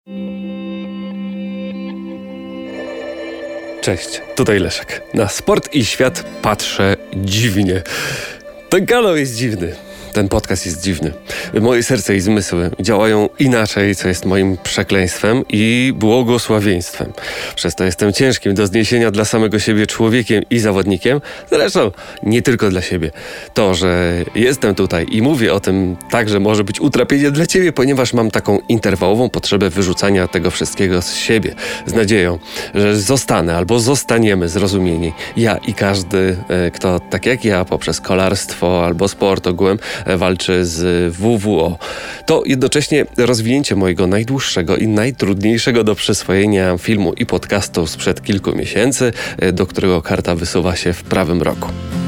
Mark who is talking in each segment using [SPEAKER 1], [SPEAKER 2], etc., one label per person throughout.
[SPEAKER 1] Cześć, tutaj Leszek. Na sport i świat patrzę dziwnie. Ten kanał jest dziwny. Ten podcast jest dziwny. Moje serce i zmysły działają inaczej, co jest moim przekleństwem i błogosławieństwem. Przez to jestem ciężkim do zniesienia dla samego siebie człowiekiem i zawodnikiem. Zresztą nie tylko dla siebie. To, że jestem tutaj i mówię o tym, także może być utrapieniem dla ciebie, ponieważ mam taką interwałową potrzebę wyrzucania tego wszystkiego z siebie. Z nadzieją, że zostanę albo zostaniemy zrozumieni. Ja i każdy, kto tak jak ja poprzez kolarstwo albo sport ogółem walczy z WWO. To jednocześnie rozwinięcie mojego najdłuższego i najtrudniejszego do przyswojenia filmu i podcastu sprzed kilku miesięcy, do którego karta wysuwa się w prawym roku.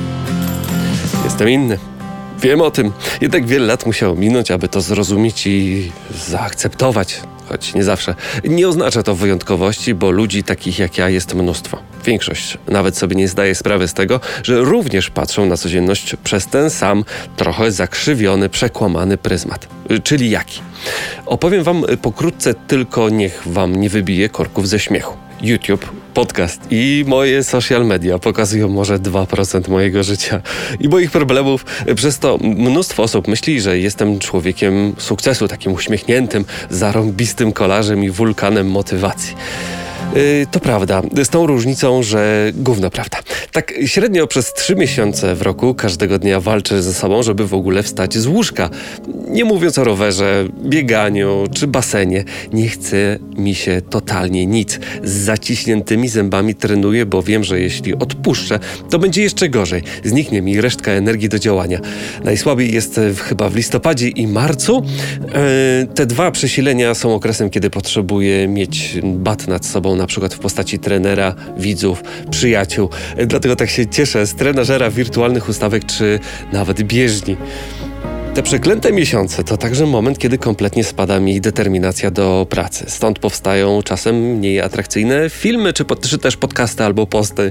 [SPEAKER 1] Jestem inny. Wiem o tym. Jednak wiele lat musiało minąć, aby to zrozumieć i zaakceptować. Choć nie zawsze. Nie oznacza to wyjątkowości, bo ludzi takich jak ja jest mnóstwo. Większość nawet sobie nie zdaje sprawy z tego, że również patrzą na codzienność przez ten sam, trochę zakrzywiony, przekłamany pryzmat. Czyli jaki? Opowiem wam pokrótce, tylko niech wam nie wybije korków ze śmiechu. YouTube, podcast i moje social media pokazują może 2% mojego życia i moich problemów. Przez to mnóstwo osób myśli, że jestem człowiekiem sukcesu, takim uśmiechniętym, zarąbistym kolarzem i wulkanem motywacji. To prawda, z tą różnicą, że gówno prawda. Tak średnio przez 3 miesiące w roku każdego dnia walczę ze sobą, żeby w ogóle wstać z łóżka. Nie mówiąc o rowerze, bieganiu czy basenie. Nie chce mi się totalnie nic. Z zaciśniętymi zębami trenuję, bo wiem, że jeśli odpuszczę, to będzie jeszcze gorzej. Zniknie mi resztka energii do działania. Najsłabiej jest chyba w listopadzie i marcu. Te 2 przesilenia są okresem, kiedy potrzebuję mieć bat nad sobą, na przykład w postaci trenera, widzów, przyjaciół. Dlatego tak się cieszę z trenażera wirtualnych ustawek czy nawet bieżni. Te przeklęte miesiące to także moment, kiedy kompletnie spada mi determinacja do pracy. Stąd powstają czasem mniej atrakcyjne filmy, czy też podcasty albo posty,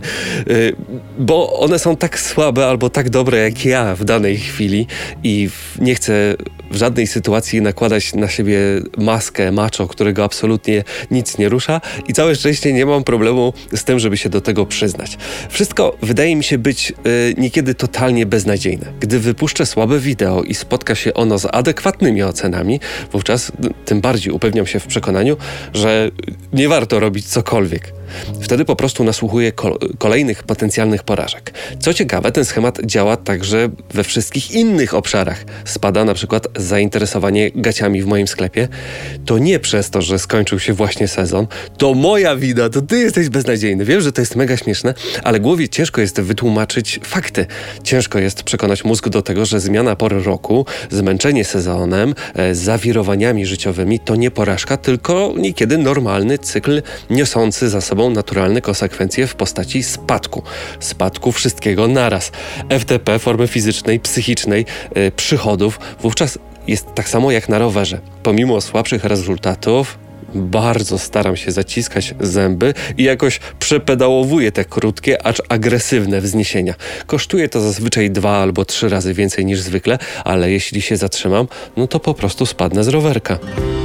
[SPEAKER 1] bo one są tak słabe albo tak dobre jak ja w danej chwili i nie chcę w żadnej sytuacji nakładać na siebie maskę macho, którego absolutnie nic nie rusza i całe szczęście nie mam problemu z tym, żeby się do tego przyznać. Wszystko wydaje mi się być niekiedy totalnie beznadziejne. Gdy wypuszczę słabe wideo i spotka się ono z adekwatnymi ocenami, wówczas tym bardziej upewniam się w przekonaniu, że nie warto robić cokolwiek. Wtedy po prostu nasłuchuję kolejnych potencjalnych porażek. Co ciekawe, ten schemat działa także we wszystkich innych obszarach. Spada na przykład zainteresowanie gaciami w moim sklepie. To nie przez to, że skończył się właśnie sezon. To moja wina, to ty jesteś beznadziejny. Wiem, że to jest mega śmieszne, ale głowie ciężko jest wytłumaczyć fakty. Ciężko jest przekonać mózg do tego, że zmiana pory roku, zmęczenie sezonem, zawirowaniami życiowymi to nie porażka, tylko niekiedy normalny cykl niosący za sobą naturalne konsekwencje w postaci spadku. Spadku wszystkiego naraz. FTP, formy fizycznej, psychicznej, przychodów. Wówczas jest tak samo jak na rowerze. Pomimo słabszych rezultatów, bardzo staram się zaciskać zęby i jakoś przepedałowuję te krótkie, acz agresywne wzniesienia. Kosztuje to zazwyczaj 2 albo 3 razy więcej niż zwykle, ale jeśli się zatrzymam, no to po prostu spadnę z rowerka.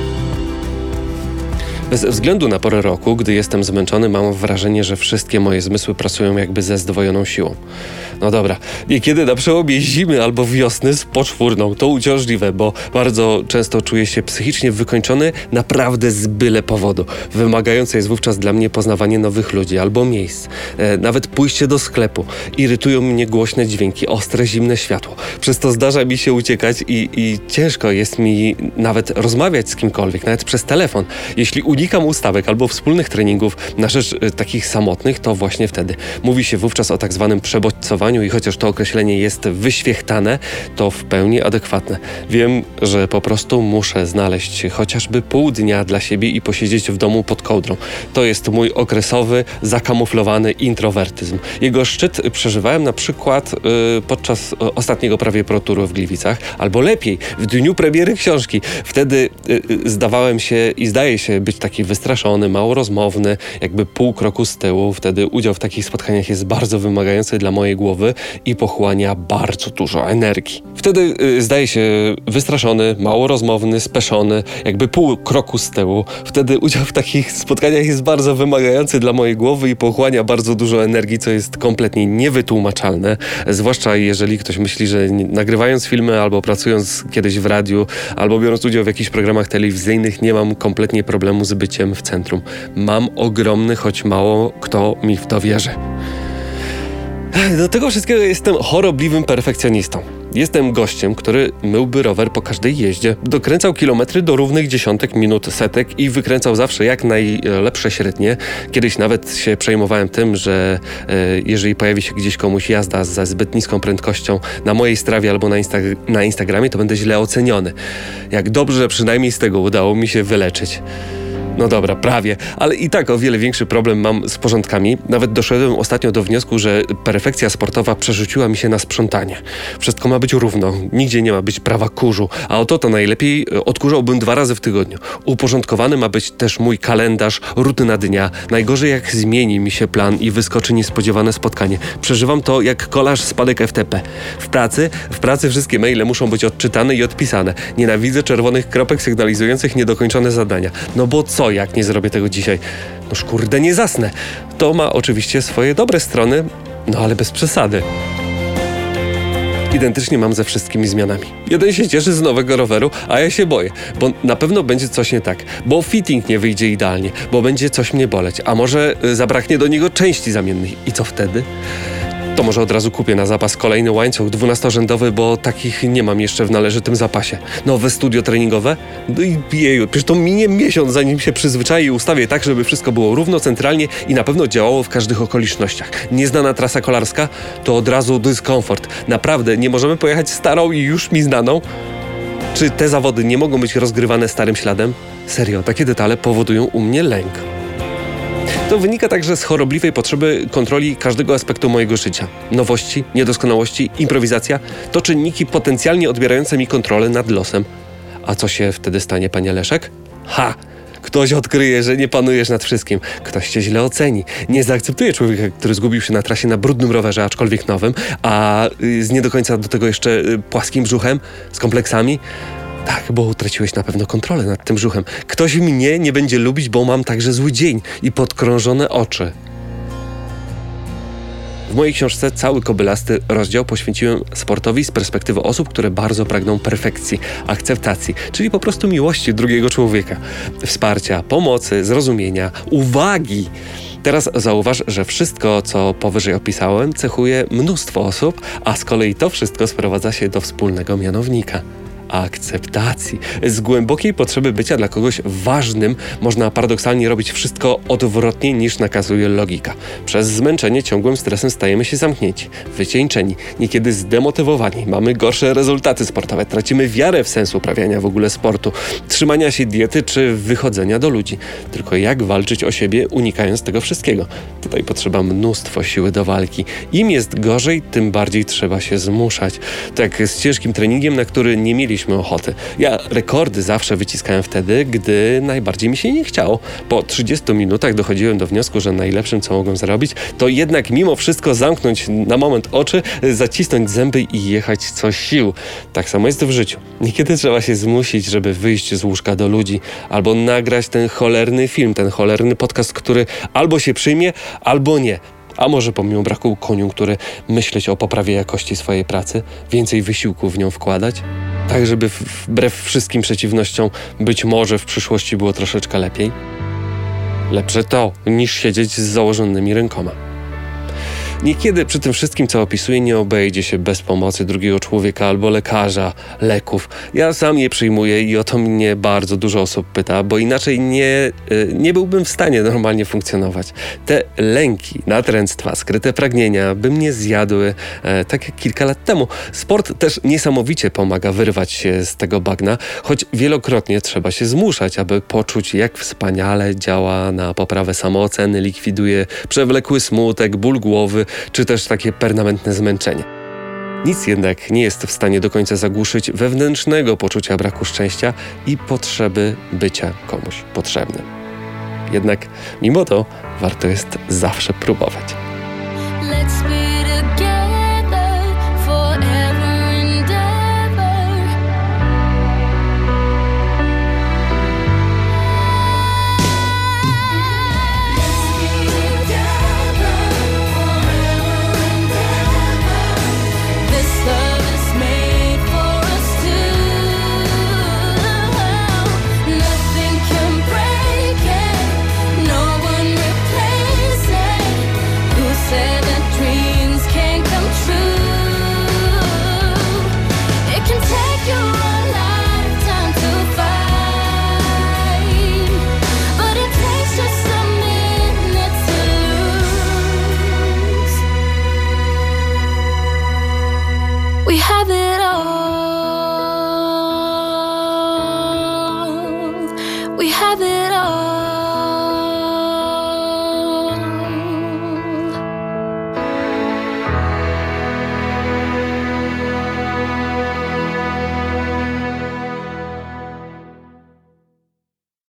[SPEAKER 1] Bez względu na porę roku, gdy jestem zmęczony, mam wrażenie, że wszystkie moje zmysły pracują jakby ze zdwojoną siłą. No dobra, niekiedy na przełomie zimy albo wiosny z poczwórną. To uciążliwe, bo bardzo często czuję się psychicznie wykończony naprawdę z byle powodu. Wymagające jest wówczas dla mnie poznawanie nowych ludzi albo miejsc. Nawet pójście do sklepu. Irytują mnie głośne dźwięki, ostre, zimne światło. Przez to zdarza mi się uciekać i ciężko jest mi nawet rozmawiać z kimkolwiek, nawet przez telefon. Jeśli unikam ustawek albo wspólnych treningów na rzecz takich samotnych, to właśnie wtedy. Mówi się wówczas o tak zwanym przebodźcowaniu i chociaż to określenie jest wyświechtane, to w pełni adekwatne. Wiem, że po prostu muszę znaleźć chociażby pół dnia dla siebie i posiedzieć w domu pod kołdrą. To jest mój okresowy, zakamuflowany introwertyzm. Jego szczyt przeżywałem na przykład podczas ostatniego prawie ProTouru w Gliwicach, albo lepiej, w dniu premiery książki. Wtedy zdawałem się i zdaje się być taki wystraszony, mało rozmowny, jakby pół kroku z tyłu. Wtedy udział w takich spotkaniach jest bardzo wymagający dla mojej głowy i pochłania bardzo dużo energii. Wtedy zdaje się wystraszony, mało rozmowny, speszony, jakby pół kroku z tyłu. Wtedy udział w takich spotkaniach jest bardzo wymagający dla mojej głowy i pochłania bardzo dużo energii, co jest kompletnie niewytłumaczalne. Zwłaszcza jeżeli ktoś myśli, że nagrywając filmy albo pracując kiedyś w radiu, albo biorąc udział w jakichś programach telewizyjnych, nie mam kompletnie problemu z byciem w centrum. Mam ogromny, choć mało kto mi w to wierzy. Do tego wszystkiego jestem chorobliwym perfekcjonistą. Jestem gościem, który myłby rower po każdej jeździe, dokręcał kilometry do równych dziesiątek minut, setek i wykręcał zawsze jak najlepsze średnie. Kiedyś nawet się przejmowałem tym, że jeżeli pojawi się gdzieś komuś jazda za zbyt niską prędkością na mojej strawie albo na Instagramie, to będę źle oceniony. Jak dobrze przynajmniej z tego udało mi się wyleczyć. No dobra, prawie, ale i tak o wiele większy problem mam z porządkami. Nawet doszedłem ostatnio do wniosku, że perfekcja sportowa przerzuciła mi się na sprzątanie. Wszystko ma być równo, nigdzie nie ma być prawa kurzu, a oto to najlepiej odkurzałbym 2 razy w tygodniu. Uporządkowany ma być też mój kalendarz, rutyna dnia. Najgorzej jak zmieni mi się plan i wyskoczy niespodziewane spotkanie. Przeżywam to jak kolarz spadek FTP. W pracy wszystkie maile muszą być odczytane i odpisane. Nienawidzę czerwonych kropek sygnalizujących niedokończone zadania. No bo co, jak nie zrobię tego dzisiaj? Noż kurde, nie zasnę. To ma oczywiście swoje dobre strony, no ale bez przesady. Identycznie mam ze wszystkimi zmianami. Jeden się cieszy z nowego roweru, a ja się boję, bo na pewno będzie coś nie tak, bo fitting nie wyjdzie idealnie, bo będzie coś mnie boleć, a może zabraknie do niego części zamiennych. I co wtedy? To może od razu kupię na zapas kolejny łańcuch 12-rzędowy, bo takich nie mam jeszcze w należytym zapasie. Nowe studio treningowe? No i jeju, przecież to minie miesiąc, zanim się przyzwyczaję i ustawię tak, żeby wszystko było równo, centralnie i na pewno działało w każdych okolicznościach. Nieznana trasa kolarska? To od razu dyskomfort. Naprawdę, nie możemy pojechać starą i już mi znaną? Czy te zawody nie mogą być rozgrywane starym śladem? Serio, takie detale powodują u mnie lęk. To wynika także z chorobliwej potrzeby kontroli każdego aspektu mojego życia. Nowości, niedoskonałości, improwizacja to czynniki potencjalnie odbierające mi kontrolę nad losem. A co się wtedy stanie, panie Leszek? Ktoś odkryje, że nie panujesz nad wszystkim. Ktoś cię źle oceni. Nie zaakceptuje człowieka, który zgubił się na trasie na brudnym rowerze, aczkolwiek nowym, a z nie do końca do tego jeszcze płaskim brzuchem, z kompleksami. Tak, bo utraciłeś na pewno kontrolę nad tym brzuchem. Ktoś mnie nie będzie lubić, bo mam także zły dzień i podkrążone oczy. W mojej książce cały kobylasty rozdział poświęciłem sportowi z perspektywy osób, które bardzo pragną perfekcji, akceptacji, czyli po prostu miłości drugiego człowieka, wsparcia, pomocy, zrozumienia, uwagi. Teraz zauważ, że wszystko, co powyżej opisałem, cechuje mnóstwo osób, a z kolei to wszystko sprowadza się do wspólnego mianownika. Akceptacji. Z głębokiej potrzeby bycia dla kogoś ważnym można paradoksalnie robić wszystko odwrotnie niż nakazuje logika. Przez zmęczenie ciągłym stresem stajemy się zamknięci, wycieńczeni, niekiedy zdemotywowani. Mamy gorsze rezultaty sportowe, tracimy wiarę w sens uprawiania w ogóle sportu, trzymania się diety czy wychodzenia do ludzi. Tylko jak walczyć o siebie, unikając tego wszystkiego? Tutaj potrzeba mnóstwo siły do walki. Im jest gorzej, tym bardziej trzeba się zmuszać. Tak z ciężkim treningiem, na który nie mieliśmy ochoty. Ja rekordy zawsze wyciskałem wtedy, gdy najbardziej mi się nie chciało. Po 30 minutach dochodziłem do wniosku, że najlepszym, co mogłem zrobić, to jednak mimo wszystko zamknąć na moment oczy, zacisnąć zęby i jechać co sił. Tak samo jest w życiu. Niekiedy trzeba się zmusić, żeby wyjść z łóżka do ludzi, albo nagrać ten cholerny film, ten cholerny podcast, który albo się przyjmie, albo nie. A może pomimo braku koniunktury myśleć o poprawie jakości swojej pracy, więcej wysiłku w nią wkładać? Tak, żeby wbrew wszystkim przeciwnościom być może w przyszłości było troszeczkę lepiej? Lepsze to, niż siedzieć z założonymi rękoma. Niekiedy przy tym wszystkim, co opisuję, nie obejdzie się bez pomocy drugiego człowieka albo lekarza, leków. Ja sam je przyjmuję i o to mnie bardzo dużo osób pyta, bo inaczej nie byłbym w stanie normalnie funkcjonować. Te lęki, natręctwa, skryte pragnienia by mnie zjadły, tak jak kilka lat temu. Sport też niesamowicie pomaga wyrwać się z tego bagna, choć wielokrotnie trzeba się zmuszać, aby poczuć, jak wspaniale działa na poprawę samooceny, likwiduje przewlekły smutek, ból głowy, czy też takie permanentne zmęczenie. Nic jednak nie jest w stanie do końca zagłuszyć wewnętrznego poczucia braku szczęścia i potrzeby bycia komuś potrzebnym. Jednak mimo to warto jest zawsze próbować.
[SPEAKER 2] Let's be together forever and ever. Let's be together forever and ever. This love is made for us two. Nothing can break it. No one replaces it. Who said that dreams can't come true? It can take you a lifetime to find, but it takes just a minute to lose. We have it all. We have it all.